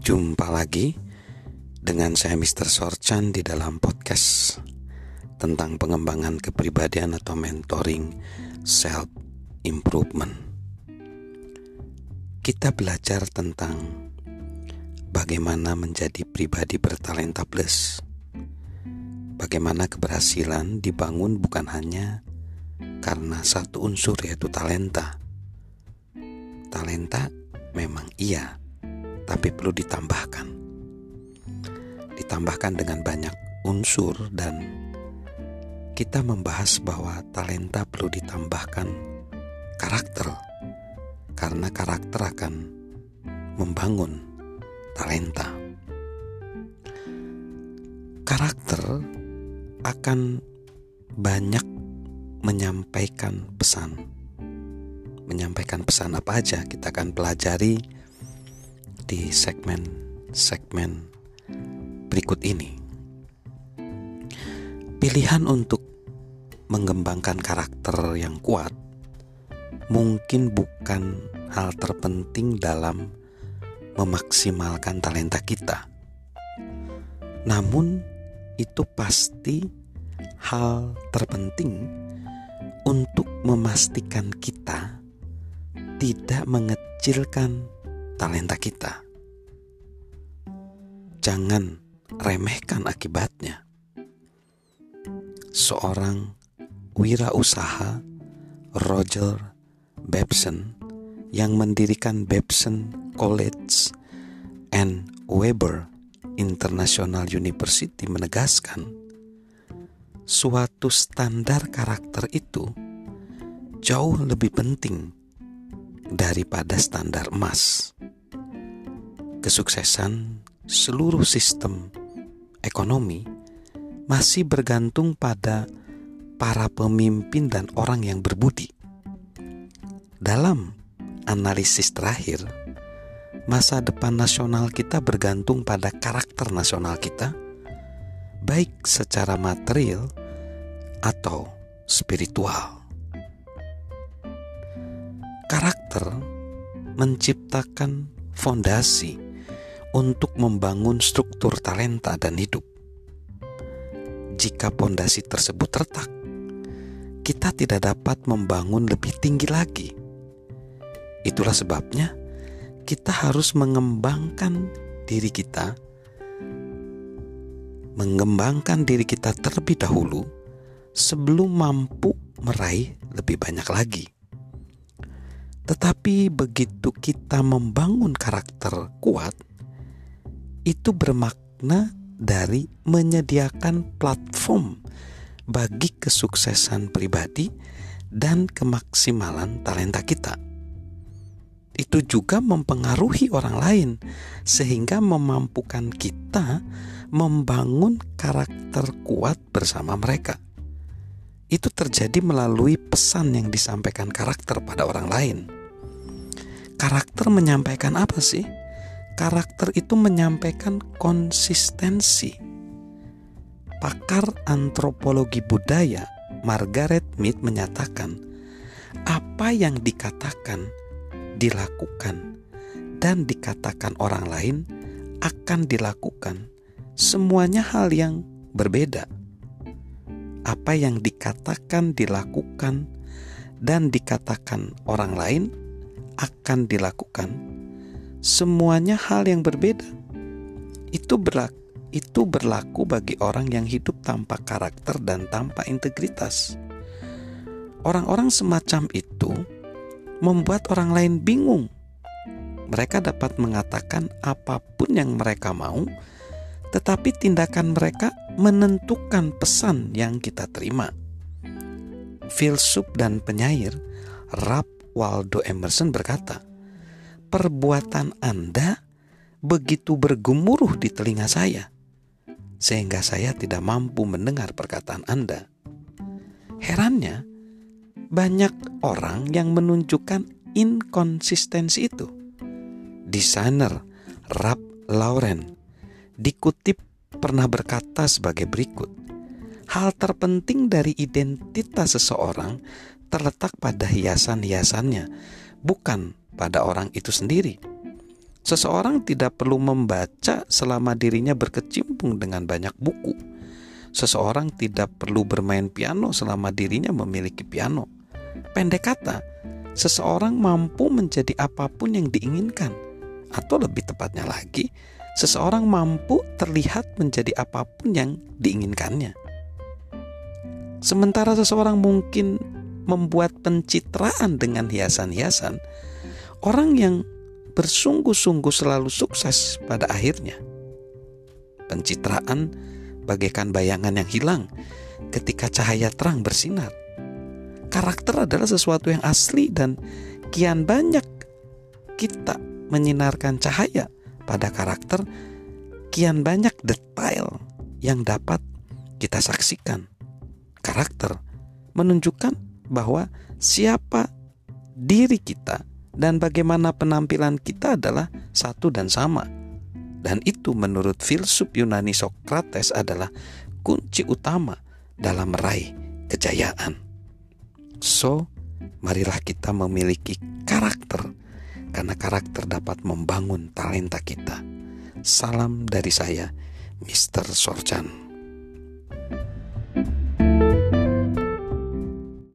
Jumpa lagi dengan saya Mr. Sorchan di dalam podcast tentang pengembangan kepribadian atau mentoring self improvement. Kita belajar tentang bagaimana menjadi pribadi bertalenta plus. Bagaimana keberhasilan dibangun bukan hanya karena satu unsur, yaitu talenta. Talenta memang iya, tapi perlu ditambahkan dengan banyak unsur, dan kita membahas bahwa talenta perlu ditambahkan karakter, karena karakter akan membangun talenta. Karakter akan banyak menyampaikan pesan apa aja kita akan pelajari di segmen berikut ini. Pilihan untuk mengembangkan karakter yang kuat mungkin bukan hal terpenting dalam memaksimalkan talenta kita. Namun itu pasti hal terpenting untuk memastikan kita tidak mengecilkan talenta kita. Jangan remehkan akibatnya. Seorang wirausaha, Roger Babson, yang mendirikan Babson College and Weber International University, menegaskan suatu standar karakter itu jauh lebih penting daripada standar emas. Kesuksesan seluruh sistem ekonomi masih bergantung pada para pemimpin dan orang yang berbudi. Dalam analisis terakhir, masa depan nasional kita bergantung pada karakter nasional kita, baik secara material atau spiritual. Karakter menciptakan fondasi untuk membangun struktur talenta dan hidup. Jika fondasi tersebut retak, kita tidak dapat membangun lebih tinggi lagi. Itulah sebabnya kita harus mengembangkan diri kita terlebih dahulu sebelum mampu meraih lebih banyak lagi. Tetapi begitu kita membangun karakter kuat, itu bermakna dari menyediakan platform bagi kesuksesan pribadi dan kemaksimalan talenta kita. Itu juga mempengaruhi orang lain, sehingga memampukan kita membangun karakter kuat bersama mereka. Itu terjadi melalui pesan yang disampaikan karakter pada orang lain. Karakter menyampaikan apa sih? Karakter itu menyampaikan konsistensi. Pakar antropologi budaya Margaret Mead menyatakan, apa yang dikatakan, dilakukan, dan dikatakan orang lain akan dilakukan, semuanya hal yang berbeda. Apa yang dikatakan, dilakukan, dan dikatakan orang lain akan dilakukan, semuanya hal yang berbeda. Itu berlaku bagi orang yang hidup tanpa karakter dan tanpa integritas. Orang-orang semacam itu membuat orang lain bingung. Mereka dapat mengatakan apapun yang mereka mau, tetapi tindakan mereka menentukan pesan yang kita terima. Filsuf dan penyair Ralph Waldo Emerson berkata, perbuatan Anda begitu bergemuruh di telinga saya, sehingga saya tidak mampu mendengar perkataan Anda. Herannya, banyak orang yang menunjukkan inkonsistensi itu. Desainer Ralph Lauren dikutip pernah berkata sebagai berikut, hal terpenting dari identitas seseorang terletak pada hiasan-hiasannya, bukan pada orang itu sendiri. Seseorang tidak perlu membaca selama dirinya berkecimpung dengan banyak buku. Seseorang tidak perlu bermain piano selama dirinya memiliki piano. Pendek kata, seseorang mampu menjadi apapun yang diinginkan. Atau lebih tepatnya lagi, seseorang mampu terlihat menjadi apapun yang diinginkannya. Sementara seseorang mungkin membuat pencitraan dengan hiasan-hiasan, orang yang bersungguh-sungguh selalu sukses pada akhirnya. Pencitraan bagaikan bayangan yang hilang ketika cahaya terang bersinar. Karakter adalah sesuatu yang asli dan kian banyak kita menyinarkan cahaya pada karakter, kian banyak detail yang dapat kita saksikan. Karakter menunjukkan bahwa siapa diri kita dan bagaimana penampilan kita adalah satu dan sama. Dan itu menurut filsuf Yunani Sokrates adalah kunci utama dalam meraih kejayaan. So, marilah kita memiliki karakter, karena karakter dapat membangun talenta kita. Salam dari saya, Mr. Sorchan.